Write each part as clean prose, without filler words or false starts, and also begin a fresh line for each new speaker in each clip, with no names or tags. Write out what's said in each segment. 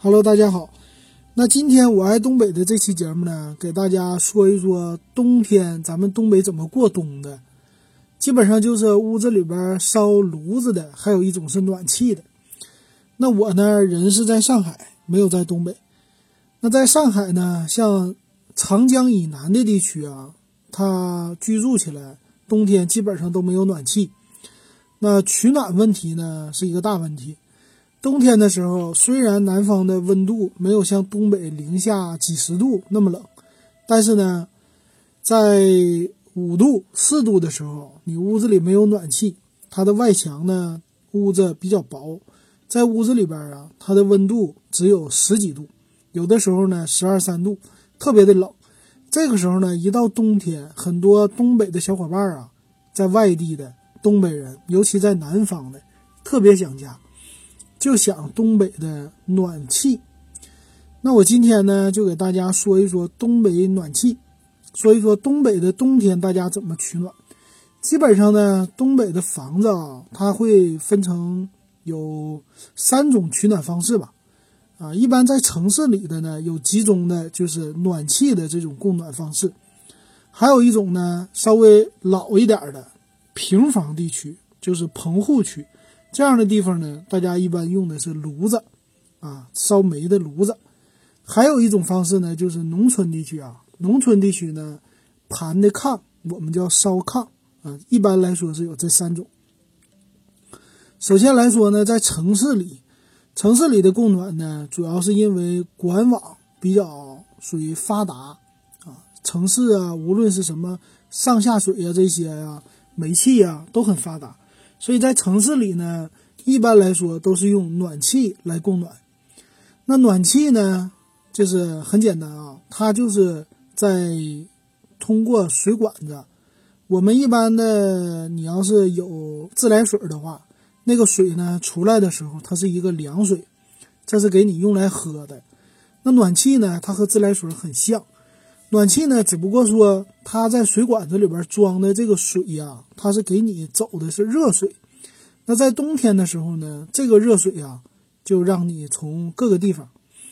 Hello， 大家好。那今天我爱东北的这期节目呢，给大家说一说冬天咱们东北怎么过冬的。基本上就是屋子里边烧炉子的，还有一种是暖气的。那我呢，人是在上海，没有在东北。那在上海呢，像长江以南的地区啊，它居住起来，冬天基本上都没有暖气。那取暖问题呢，是一个大问题。冬天的时候，虽然南方的温度没有像东北零下几十度那么冷，但是呢，在5度、4度的时候，你屋子里没有暖气，它的外墙呢，屋子比较薄，在屋子里边啊，它的温度只有10几度，有的时候呢12、13度，特别的冷。这个时候呢，一到冬天，很多东北的小伙伴啊，在外地的东北人，尤其在南方的，特别想家，就想东北的暖气。那我今天呢，就给大家说一说东北暖气，说一说东北的冬天大家怎么取暖。基本上呢，东北的房子啊，它会分成有3种取暖方式吧。一般在城市里的呢，有集中的就是暖气的这种供暖方式，还有一种呢，稍微老一点的平房地区，就是棚户区，这样的地方呢，大家一般用的是炉子烧煤的炉子。还有一种方式呢，就是农村地区农村地区呢，盘的炕我们叫烧炕一般来说是有这3种。首先来说呢，在城市里的供暖呢，主要是因为管网比较属于发达城市无论是什么上下水这些煤气都很发达，所以在城市里呢，一般来说都是用暖气来供暖。那暖气呢，就是很简单它就是在通过水管子，我们一般的你要是有自来水的话，那个水呢出来的时候它是一个凉水，这是给你用来喝的。那暖气呢，它和自来水很像，暖气呢只不过说它在水管子里边装的这个水它是给你走的是热水。那在冬天的时候呢，这个热水就让你从各个地方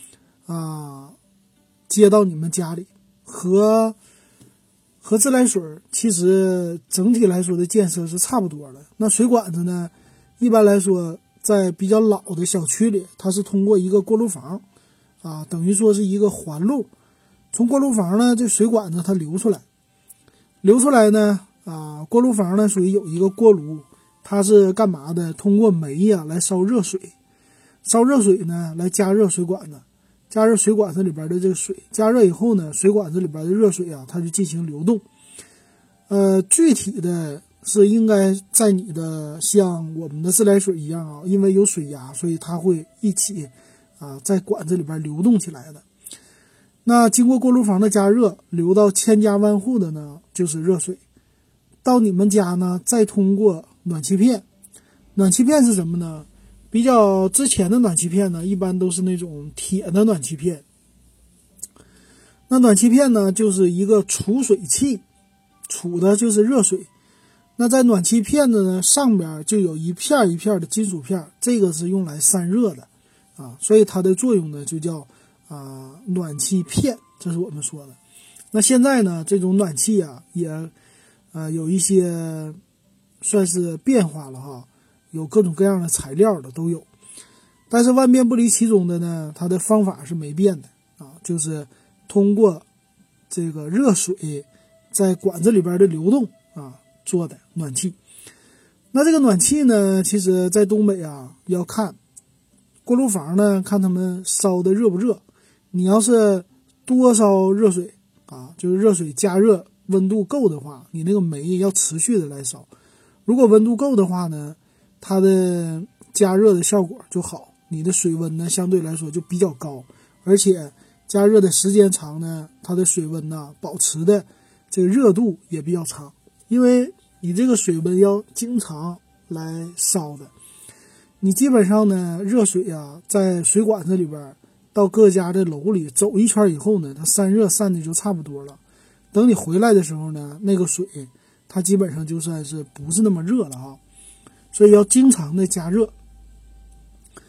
接到你们家里，和自来水其实整体来说的建设是差不多的。那水管子呢，一般来说在比较老的小区里，它是通过一个过路房等于说是一个环路，从过路房呢，这水管子它流出来呢过路房呢属于有一个锅炉，它是干嘛的？通过煤来烧热水呢来加热水管子，加热水管子里边的这个水，加热以后呢，水管子里边的热水它就进行流动。具体的是应该在你的像我们的自来水一样因为有水压，所以它会一起在管子里边流动起来的。那经过锅炉房的加热，流到千家万户的呢，就是热水。到你们家呢，再通过暖气片。暖气片是什么呢？比较之前的暖气片呢，一般都是那种铁的暖气片。那暖气片呢，就是一个储水器，储的就是热水。那在暖气片的呢上边就有一片一片的金属片，这个是用来散热的所以它的作用呢就叫暖气片，这是我们说的。那现在呢，这种暖气也有一些算是变化了有各种各样的材料的都有，但是万变不离其宗的呢，它的方法是没变的就是通过这个热水在管子里边的流动做的暖气。那这个暖气呢，其实在东北要看锅炉房呢，看他们烧的热不热。你要是多烧热水就是热水加热温度够的话，你那个煤要持续的来烧。如果温度够的话呢，它的加热的效果就好，你的水温呢相对来说就比较高，而且加热的时间长呢，它的水温保持的这个热度也比较长，因为你这个水温要经常来烧的。你基本上呢，热水在水管子里边到各家的楼里走一圈以后呢，它散热散的就差不多了。等你回来的时候呢，那个水它基本上就算是不是那么热了所以要经常的加热。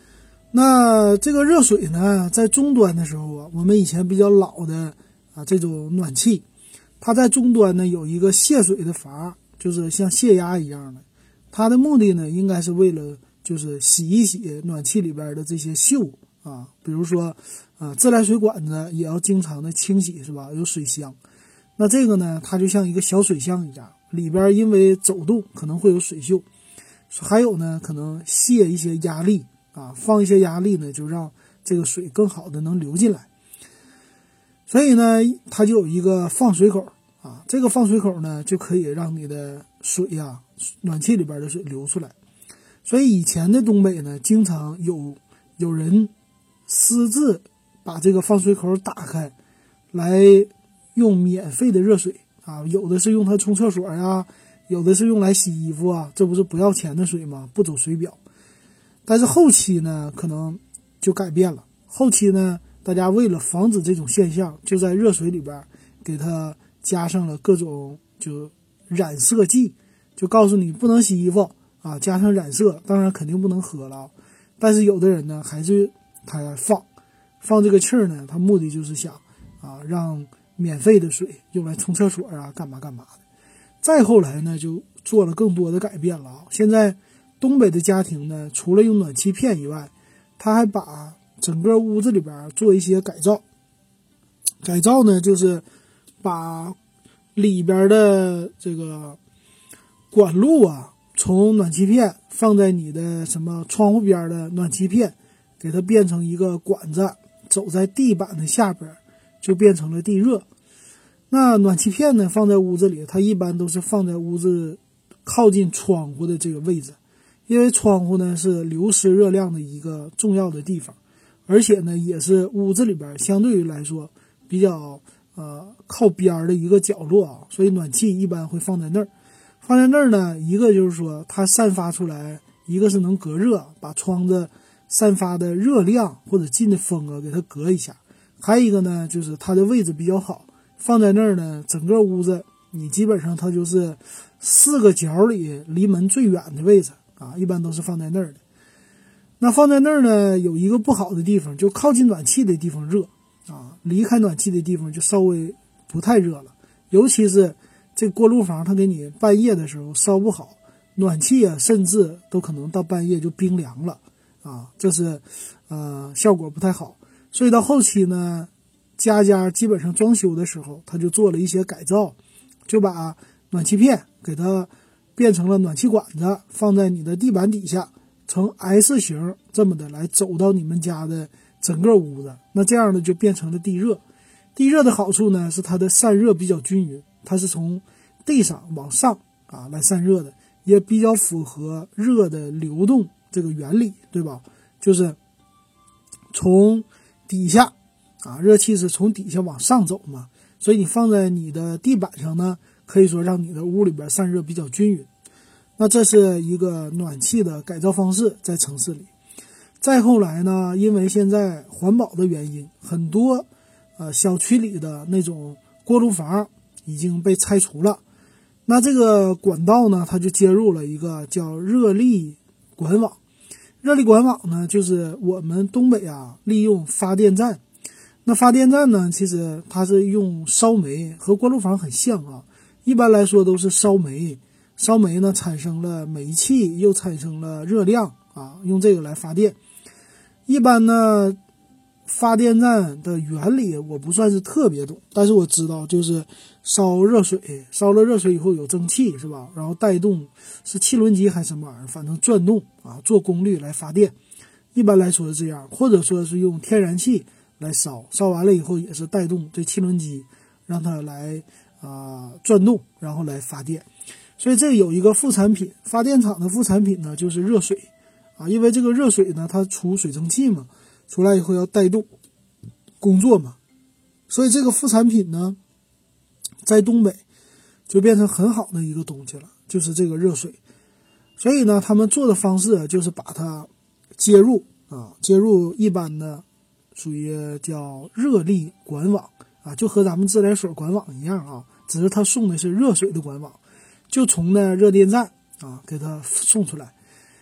那这个热水呢，在终端的时候啊，我们以前比较老的这种暖气，它在终端呢有一个泄水的阀，就是像泄压一样的。它的目的呢，应该是为了就是洗一洗暖气里边的这些锈啊，比如说自来水管子也要经常的清洗，是吧？有水箱。那这个呢，它就像一个小水箱一样，里边因为走动可能会有水锈，还有呢，可能泄一些压力啊，放一些压力呢，就让这个水更好的能流进来。所以呢，它就有一个放水口啊，这个放水口呢，就可以让你的水呀，暖气里边的水流出来。所以以前的东北呢，经常有人私自把这个放水口打开，来用免费的热水啊，有的是用它冲厕所呀，有的是用来洗衣服啊，这不是不要钱的水吗？不走水表。但是后期呢，可能就改变了。后期呢，大家为了防止这种现象，就在热水里边给它加上了各种就染色剂，就告诉你不能洗衣服啊，加上染色，当然肯定不能喝了。但是有的人呢，还是他放这个气儿呢，他目的就是想让免费的水用来冲厕所啊，干嘛干嘛的。再后来呢，就做了更多的改变了啊。现在东北的家庭呢，除了用暖气片以外，他还把整个屋子里边做一些改造。改造呢，就是把里边的这个管路啊，从暖气片放在你的什么窗户边的暖气片，给它变成一个管子，走在地板的下边，就变成了地热。那暖气片呢，放在屋子里，它一般都是放在屋子靠近窗户的这个位置，因为窗户呢是流失热量的一个重要的地方，而且呢也是屋子里边相对于来说比较靠边的一个角落啊，所以暖气一般会放在那儿。放在那儿呢，一个就是说它散发出来，一个是能隔热，把窗子散发的热量或者进的风啊给它隔一下，还有一个呢就是它的位置比较好，放在那儿呢，整个屋子你基本上它就是4个角里离门最远的位置啊，一般都是放在那儿的。那放在那儿呢，有一个不好的地方，就靠近暖气的地方热啊，离开暖气的地方就稍微不太热了。尤其是这锅炉房，它给你半夜的时候烧不好，暖气啊，甚至都可能到半夜就冰凉了啊，这是效果不太好。所以到后期呢，家基本上装修的时候，他就做了一些改造，就把暖气片给它变成了暖气管子，放在你的地板底下，呈 S 型这么的来走到你们家的整个屋子。那这样呢，就变成了地热。地热的好处呢，是它的散热比较均匀，它是从地上往上来散热的，也比较符合热的流动这个原理，对吧？就是从底下热气是从底下往上走嘛，所以你放在你的地板上呢，可以说让你的屋里边散热比较均匀。那这是一个暖气的改造方式，在城市里。再后来呢，因为现在环保的原因，很多小区里的那种锅炉房已经被拆除了。那这个管道呢，它就接入了一个叫热力管网。热力管网呢，就是我们东北利用发电站。那发电站呢，其实它是用烧煤，和锅炉房很像啊。一般来说都是烧煤，烧煤呢产生了煤气，又产生了热量用这个来发电。一般呢，发电站的原理我不算是特别懂，但是我知道就是烧热水，烧了热水以后有蒸汽，是吧？然后带动是汽轮机还是什么玩意儿，反正转动做功率来发电。一般来说是这样，或者说是用天然气来烧，烧完了以后也是带动这汽轮机让它来转动，然后来发电。所以这有一个副产品，发电厂的副产品呢就是热水因为这个热水呢它出水蒸气嘛，出来以后要带动工作嘛，所以这个副产品呢在东北就变成很好的一个东西了，就是这个热水。所以呢他们做的方式就是把它接入一般的属于叫热力管网就和咱们自来水管网一样只是它送的是热水的管网，就从呢热电站给它送出来。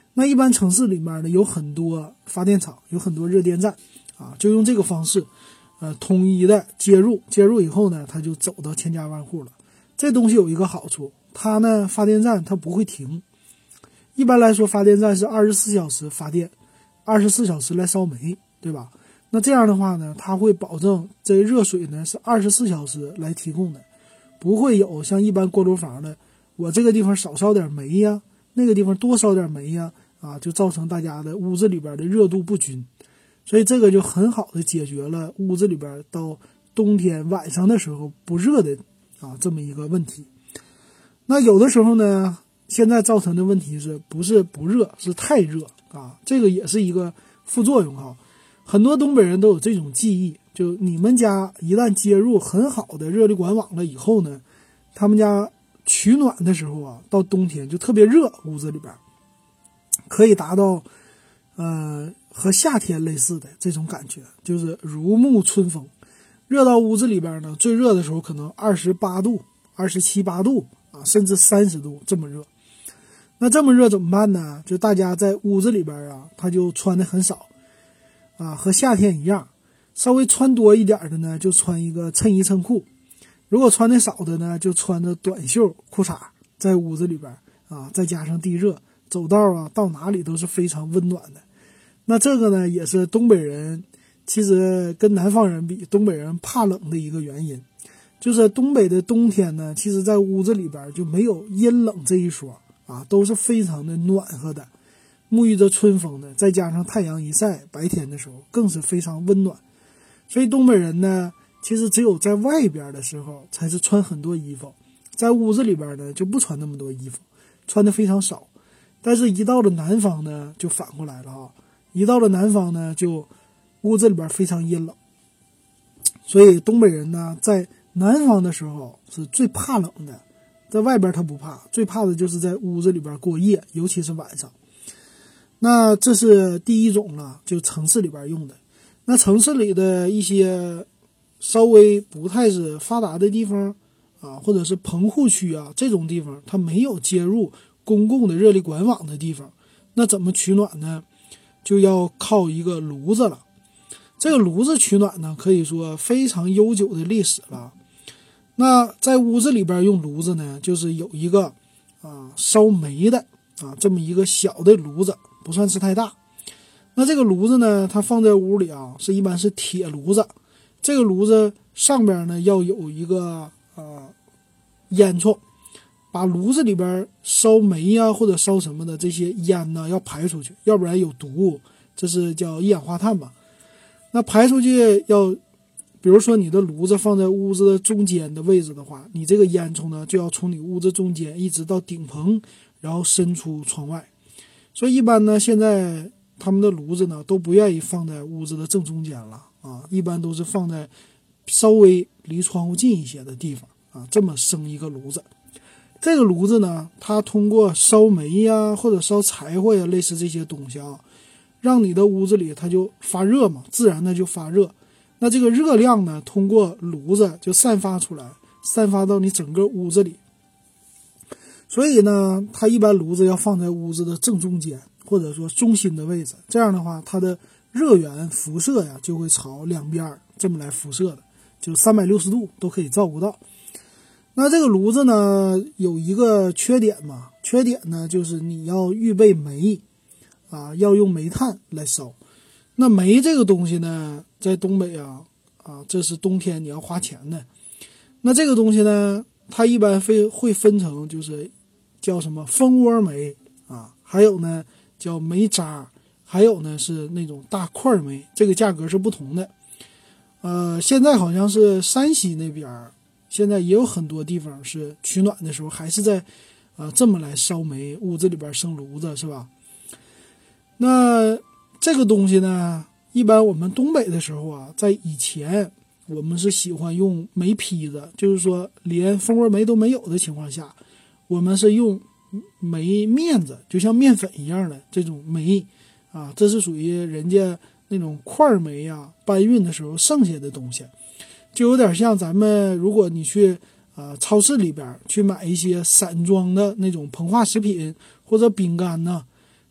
那一般城市里面呢有很多发电厂，有很多热电站啊，就用这个方式统一的接入以后呢，它就走到千家万户了。这东西有一个好处，它呢发电站它不会停。一般来说发电站是24小时发电，24小时来烧煤，对吧？那这样的话呢，它会保证这热水呢是24小时来提供的，不会有像一般锅炉房的，我这个地方少烧点煤呀，那个地方多烧点煤呀，就造成大家的屋子里边的热度不均。所以这个就很好的解决了屋子里边到冬天晚上的时候不热的这么一个问题。那有的时候呢，现在造成的问题是不是不热，是太热这个也是一个副作用很多东北人都有这种记忆，就你们家一旦接入很好的热力管网了以后呢，他们家取暖的时候到冬天就特别热，屋子里边可以达到和夏天类似的这种感觉，就是如沐春风。热到屋子里边呢，最热的时候可能28度、27、8度甚至30度这么热。那这么热怎么办呢？就大家在屋子里边他就穿的很少和夏天一样，稍微穿多一点的呢，就穿一个衬衣衬裤。如果穿的少的呢，就穿着短袖裤衩，在屋子里边再加上地热，走道到哪里都是非常温暖的。那这个呢，也是东北人其实跟南方人比，东北人怕冷的一个原因。就是东北的冬天呢，其实在屋子里边就没有阴冷这一说都是非常的暖和的，沐浴着春风的，再加上太阳一晒，白天的时候更是非常温暖。所以东北人呢，其实只有在外边的时候才是穿很多衣服，在屋子里边呢就不穿那么多衣服，穿的非常少。但是一到了南方呢，就反过来了一到了南方呢，就屋子里边非常阴冷。所以东北人呢，在南方的时候是最怕冷的，在外边他不怕，最怕的就是在屋子里边过夜，尤其是晚上。那这是第一种了，就城市里边用的。那城市里的一些稍微不太是发达的地方或者是棚户区这种地方，它没有接入公共的热力管网的地方，那怎么取暖呢？就要靠一个炉子了。这个炉子取暖呢，可以说非常悠久的历史了。那在屋子里边用炉子呢，就是有一个烧煤的这么一个小的炉子，不算是太大。那这个炉子呢，它放在屋里是一般是铁炉子。这个炉子上边呢要有一个烟囱，把炉子里边烧煤或者烧什么的这些烟呢要排出去，要不然有毒，这是叫一氧化碳吧。那排出去要，比如说你的炉子放在屋子的中间的位置的话，你这个烟囱呢就要从你屋子中间一直到顶棚，然后伸出窗外。所以一般呢，现在他们的炉子呢都不愿意放在屋子的正中间了一般都是放在稍微离窗户近一些的地方这么生一个炉子。这个炉子呢，它通过烧煤或者烧柴火类似这些东西让你的屋子里它就发热嘛，自然的就发热。那这个热量呢，通过炉子就散发出来，散发到你整个屋子里。所以呢，它一般炉子要放在屋子的正中间，或者说中心的位置。这样的话，它的热源辐射就会朝两边这么来辐射的，就360度都可以照顾到。那这个炉子呢，有一个缺点嘛，缺点呢就是你要预备煤要用煤炭来烧。那煤这个东西呢，在东北这是冬天你要花钱的。那这个东西呢，它一般会分成就是叫什么蜂窝煤还有呢叫煤渣，还有呢是那种大块煤，这个价格是不同的。现在好像是山西那边现在也有很多地方是取暖的时候还是在这么来烧煤，屋子里边生炉子，是吧？那这个东西呢，一般我们东北的时候在以前我们是喜欢用煤坯子，就是说连蜂窝煤都没有的情况下，我们是用煤面子，就像面粉一样的这种煤这是属于人家那种块煤搬运的时候剩下的东西，就有点像咱们如果你去超市里边去买一些散装的那种膨化食品或者饼干呢，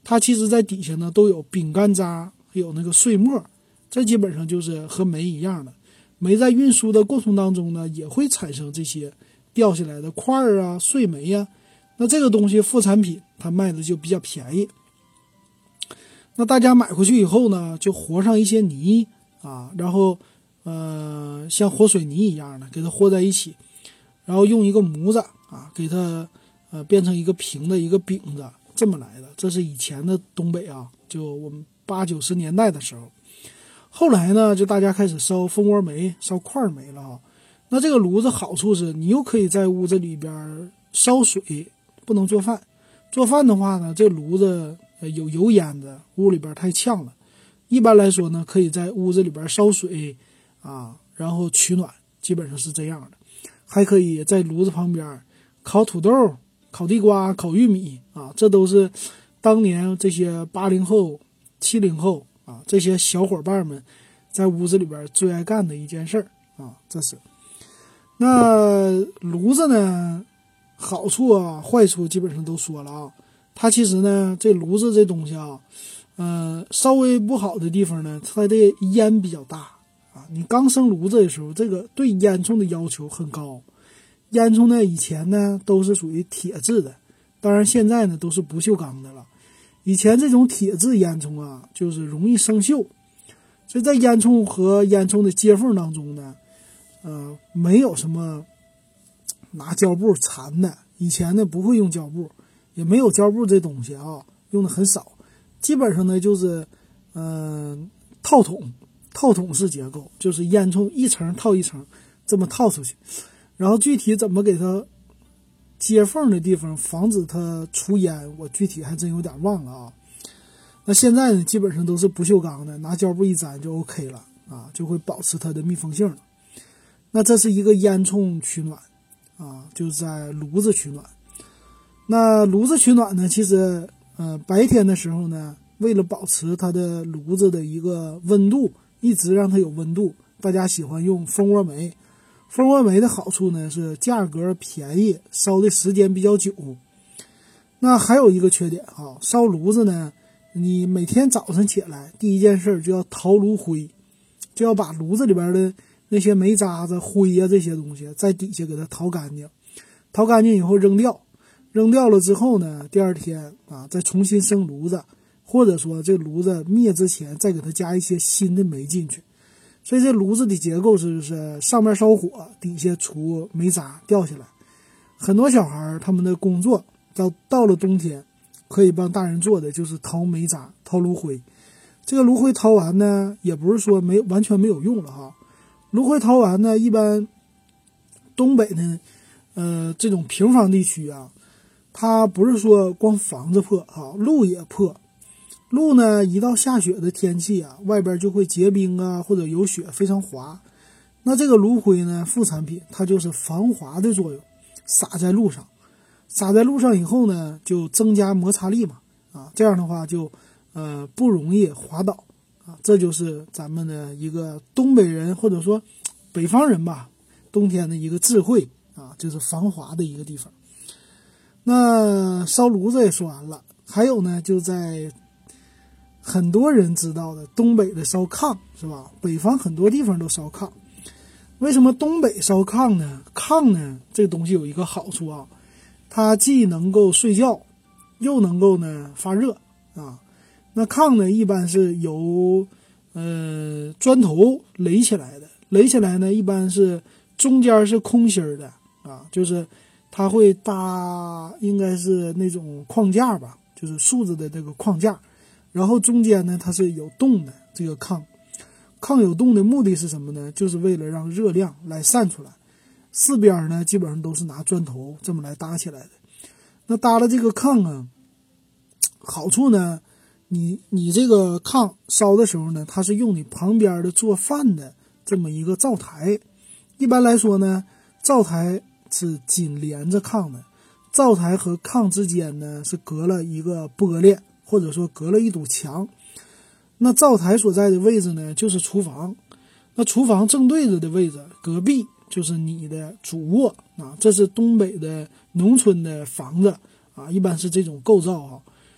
它其实在底下呢都有饼干渣，还有那个碎末，这基本上就是和煤一样的。煤在运输的过程当中呢，也会产生这些掉下来的块儿啊、碎煤啊。那这个东西副产品它卖的就比较便宜。那大家买回去以后呢，就和上一些泥啊，然后像和水泥一样的给它和在一起，然后用一个模子啊给它变成一个平的一个饼子，这么来的。这是以前的东北啊，就我们80、90年代的时候。后来呢，就大家开始烧蜂窝煤、烧块煤了啊。那这个炉子好处是，你又可以在屋子里边烧水，不能做饭。做饭的话呢，这炉子有油烟的，屋里边太呛了。一般来说呢，可以在屋子里边烧水啊，然后取暖，基本上是这样的。还可以在炉子旁边烤土豆、烤地瓜、烤玉米啊，这都是当年这些80后、70后啊这些小伙伴们在屋子里边最爱干的一件事儿啊。这是那炉子呢，好处啊、坏处基本上都说了啊。它其实呢，这炉子这东西啊，稍微不好的地方呢，它的烟比较大啊。你刚生炉子的时候，这个对烟囱的要求很高。烟囱呢，以前呢都是属于铁制的，当然现在呢都是不锈钢的了。以前这种铁制烟囱啊，就是容易生锈，所以在烟囱和烟囱的接缝当中呢，没有什么拿胶布缠的。以前呢不会用胶布，也没有胶布这东西啊，用的很少。基本上呢就是套筒式结构，就是烟囱一层套一层这么套出去。然后具体怎么给它接缝的地方防止它出烟，我具体还真有点忘了啊。那现在呢基本上都是不锈钢的，拿胶布一粘就 OK 了啊，就会保持它的密封性了。那这是一个烟囱取暖啊，就是在炉子取暖。那炉子取暖呢，其实白天的时候呢，为了保持它的炉子的一个温度，一直让它有温度，大家喜欢用蜂窝煤。蜂窝煤的好处呢是价格便宜，烧的时间比较久。那还有一个缺点啊，烧炉子呢，你每天早晨起来第一件事就要掏炉灰，就要把炉子里边的那些煤渣子、灰啊这些东西在底下给它掏干净，掏干净以后扔掉，扔掉了之后呢，第二天啊再重新生炉子，或者说这炉子灭之前再给它加一些新的煤进去。所以这炉子的结构是上面烧火，底下出煤渣掉下来。很多小孩他们的工作到了冬天可以帮大人做的就是掏煤渣、掏炉灰。这个炉灰掏完呢，也不是说完全没有用了哈。炉灰掏完呢，一般东北呢这种平房地区啊，它不是说光房子破啊，路也破。路呢，一到下雪的天气啊，外边就会结冰啊，或者有雪，非常滑。那这个炉灰呢，副产品它就是防滑的作用，撒在路上，撒在路上以后呢，就增加摩擦力嘛，啊，这样的话就不容易滑倒啊。这就是咱们的一个东北人或者说北方人吧，冬天的一个智慧啊，就是防滑的一个地方。那烧炉子也说完了，还有呢，就在很多人知道的东北的烧炕是吧？北方很多地方都烧炕，为什么东北烧炕呢？炕呢这个东西有一个好处啊，它既能够睡觉，又能够呢发热啊。那炕呢一般是由砖头垒起来的，垒起来呢一般是中间是空心的啊，就是它会搭应该是那种框架吧，就是树子的这个框架。然后中间呢它是有洞的，这个炕有洞的目的是什么呢？就是为了让热量来散出来。四边呢基本上都是拿砖头这么来搭起来的。那搭了这个炕啊，好处呢，你这个炕烧的时候呢，它是用你旁边的做饭的这么一个灶台。一般来说呢，灶台是紧连着炕的，灶台和炕之间呢是隔了一个玻璃，或者说隔了一堵墙。那灶台所在的位置呢，就是厨房。那厨房正对着的位置，隔壁就是你的主卧啊。这是东北的农村的房子啊，一般是这种构造啊。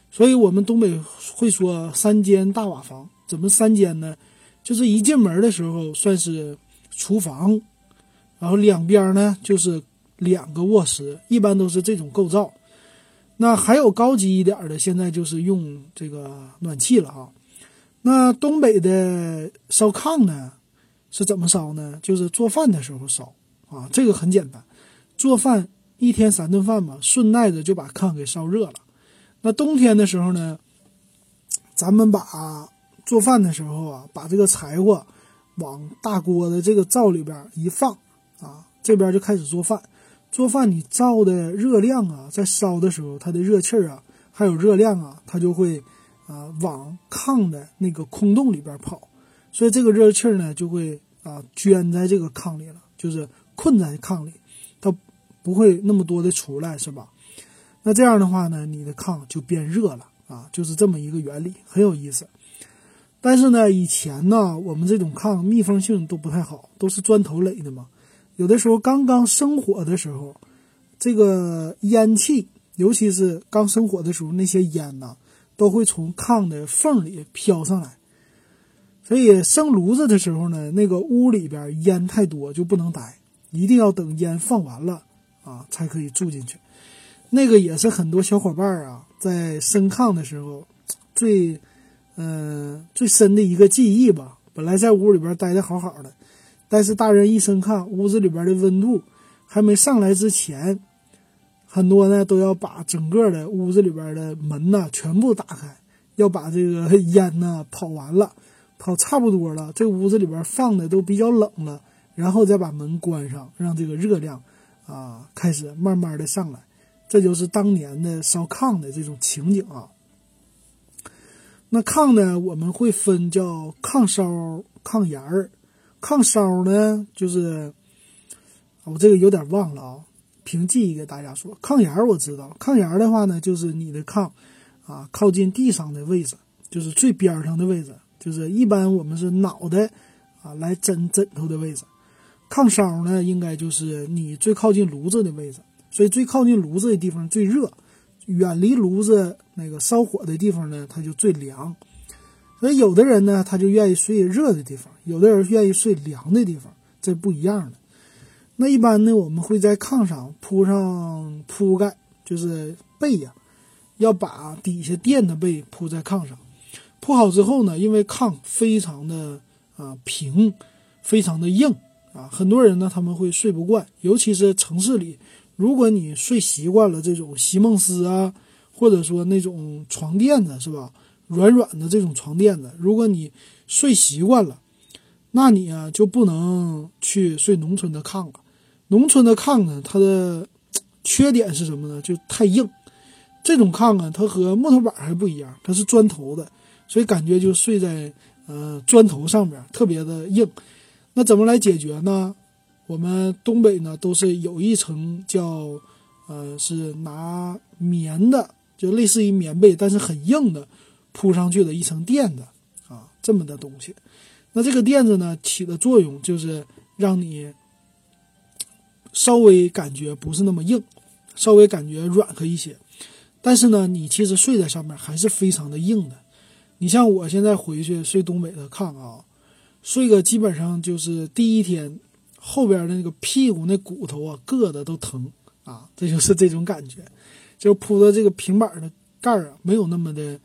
所以我们东北会说三间大瓦房。怎么三间呢？就是一进门的时候算是厨房，然后两边呢就是2个卧室，一般都是这种构造。那还有高级一点的，现在就是用这个暖气了啊。那东北的烧炕呢是怎么烧呢？就是做饭的时候烧啊，这个很简单，做饭1天3顿饭嘛，顺带着就把炕给烧热了。那冬天的时候呢，咱们把做饭的时候啊，把这个柴火往大锅的这个灶里边一放啊，这边就开始做饭。做饭你灶的热量啊，在烧的时候，它的热气啊，还有热量啊，它就会往炕的那个空洞里边跑，所以这个热气呢就会圈在这个炕里了，就是困在炕里，它不会那么多的出来，是吧？那这样的话呢，你的炕就变热了啊，就是这么一个原理，很有意思。但是呢，以前呢，我们这种炕密封性都不太好，都是砖头垒的嘛。有的时候刚刚生火的时候，这个烟气，尤其是刚生火的时候，那些烟呢，都会从炕的缝里飘上来。所以生炉子的时候呢，那个屋里边烟太多就不能待，一定要等烟放完了啊，才可以住进去。那个也是很多小伙伴啊，在生炕的时候最深的一个记忆吧。本来在屋里边待得好好的，但是大人一升炕，屋子里边的温度还没上来之前，很多呢都要把整个的屋子里边的门呢全部打开，要把这个烟呢跑完了，跑差不多了，这屋子里边放的都比较冷了，然后再把门关上，让这个热量开始慢慢的上来。这就是当年的烧炕的这种情景啊。那炕呢，我们会分叫炕烧、炕沿儿。炕烧呢，就是我这个有点忘了啊，凭记忆给大家说。炕沿儿我知道，炕沿儿的话呢，就是你的炕靠近地上的位置，就是最边上的位置，就是一般我们是脑袋来枕头的位置。炕烧呢，应该就是你最靠近炉子的位置。所以最靠近炉子的地方最热，远离炉子那个烧火的地方呢，它就最凉。所以有的人呢，他就愿意睡热的地方，有的人愿意睡凉的地方，这不一样的。那一般呢，我们会在炕上铺上铺盖，就是被呀，要把底下垫的被铺在炕上。铺好之后呢，因为炕非常的平，非常的硬很多人呢他们会睡不惯，尤其是城市里。如果你睡习惯了这种席梦思或者说那种床垫子是吧，软软的这种床垫子，如果你睡习惯了，那你就不能去睡农村的炕了。农村的炕呢，它的缺点是什么呢？就太硬。这种炕它和木头板还不一样，它是砖头的，所以感觉就睡在砖头上面，特别的硬。那怎么来解决呢？我们东北呢都是有一层叫是拿棉的，就类似于棉被，但是很硬的铺上去的一层垫子这么的东西。那这个垫子呢起的作用就是让你稍微感觉不是那么硬，稍微感觉软和一些，但是呢你其实睡在上面还是非常的硬的。你像我现在回去睡东北的炕睡个基本上就是第一天后边的那个屁股那骨头硌的都疼这就是这种感觉。就铺的这个平板的盖没有那么的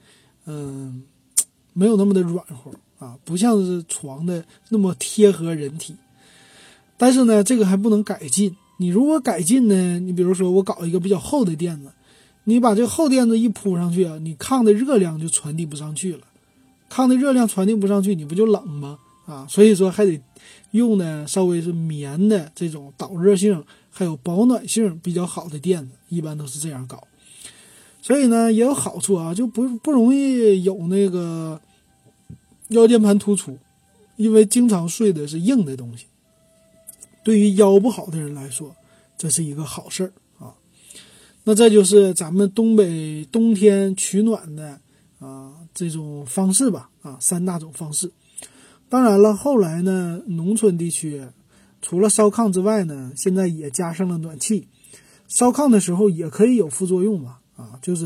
软和不像是床的那么贴合人体。但是呢这个还不能改进，你如果改进呢，你比如说我搞一个比较厚的垫子，你把这个厚垫子一铺上去你炕的热量就传递不上去了，炕的热量传递不上去，你不就冷吗？所以说还得用的稍微是棉的这种导热性还有保暖性比较好的垫子，一般都是这样搞。所以呢也有好处就不容易有那个腰间盘突出，因为经常睡的是硬的东西，对于腰不好的人来说这是一个好事那这就是咱们东北冬天取暖的这种方式吧3大种方式。当然了，后来呢农村地区除了烧炕之外呢，现在也加上了暖气。烧炕的时候也可以有副作用嘛就是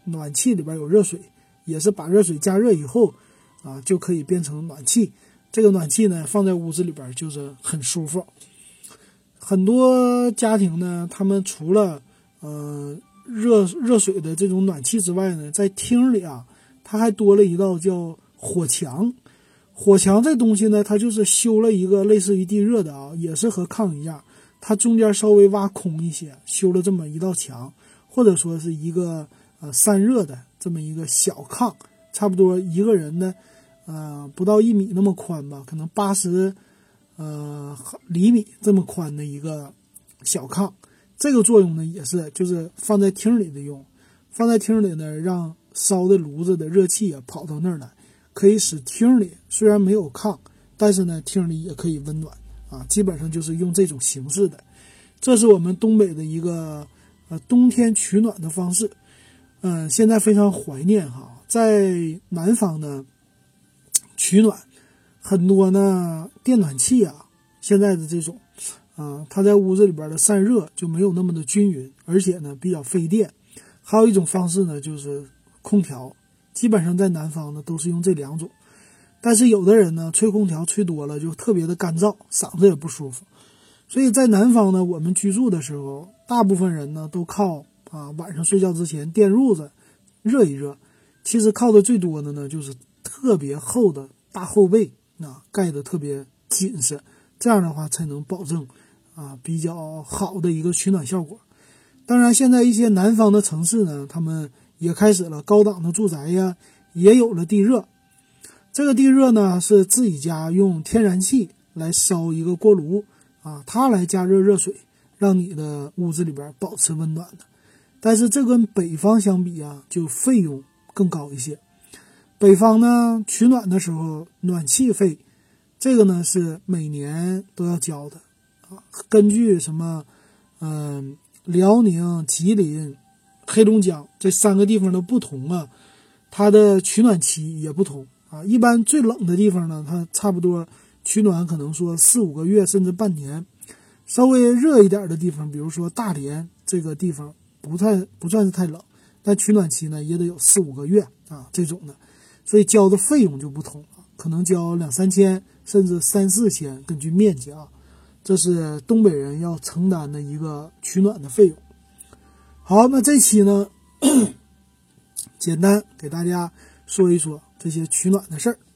暖气里边有热水，也是把热水加热以后就可以变成暖气。这个暖气呢放在屋子里边就是很舒服。很多家庭呢，他们除了热水的这种暖气之外呢，在厅里它还多了一道叫火墙。火墙这东西呢，它就是修了一个类似于地热的也是和炕一样，它中间稍微挖空一些，修了这么一道墙，或者说是一个散热的这么一个小炕，差不多一个人呢不到1米那么宽吧，可能80厘米这么宽的一个小炕。这个作用呢也是就是放在厅里的用，放在厅里呢让烧的炉子的热气跑到那儿来，可以使厅里虽然没有炕，但是呢厅里也可以温暖基本上就是用这种形式的。这是我们东北的一个冬天取暖的方式。现在非常怀念在南方呢取暖，很多呢电暖气现在的这种它在屋子里边的散热就没有那么的均匀，而且呢比较费电。还有一种方式呢就是空调，基本上在南方呢都是用这2种。但是有的人呢吹空调吹多了就特别的干燥，嗓子也不舒服。所以在南方呢，我们居住的时候，大部分人呢都靠晚上睡觉之前电褥子热一热。其实靠的最多的呢就是特别厚的大厚被盖得特别紧实，这样的话才能保证比较好的一个取暖效果。当然现在一些南方的城市呢，他们也开始了高档的住宅也有了地热。这个地热呢是自己家用天然气来烧一个锅炉它来加热热水，让你的屋子里边保持温暖的。但是这跟北方相比就费用更高一些。北方呢取暖的时候暖气费，这个呢是每年都要交的根据什么辽宁、吉林、黑龙江这3个地方的不同它的取暖期也不同一般最冷的地方呢，它差不多取暖可能说4-5个月甚至半年。稍微热一点的地方，比如说大连这个地方不算是太冷，但取暖期呢也得有4-5个月这种的，所以交的费用就不同了，可能交2-3千甚至3-4千，根据面积这是东北人要承担的一个取暖的费用。好，那这期呢简单给大家说一说这些取暖的事儿。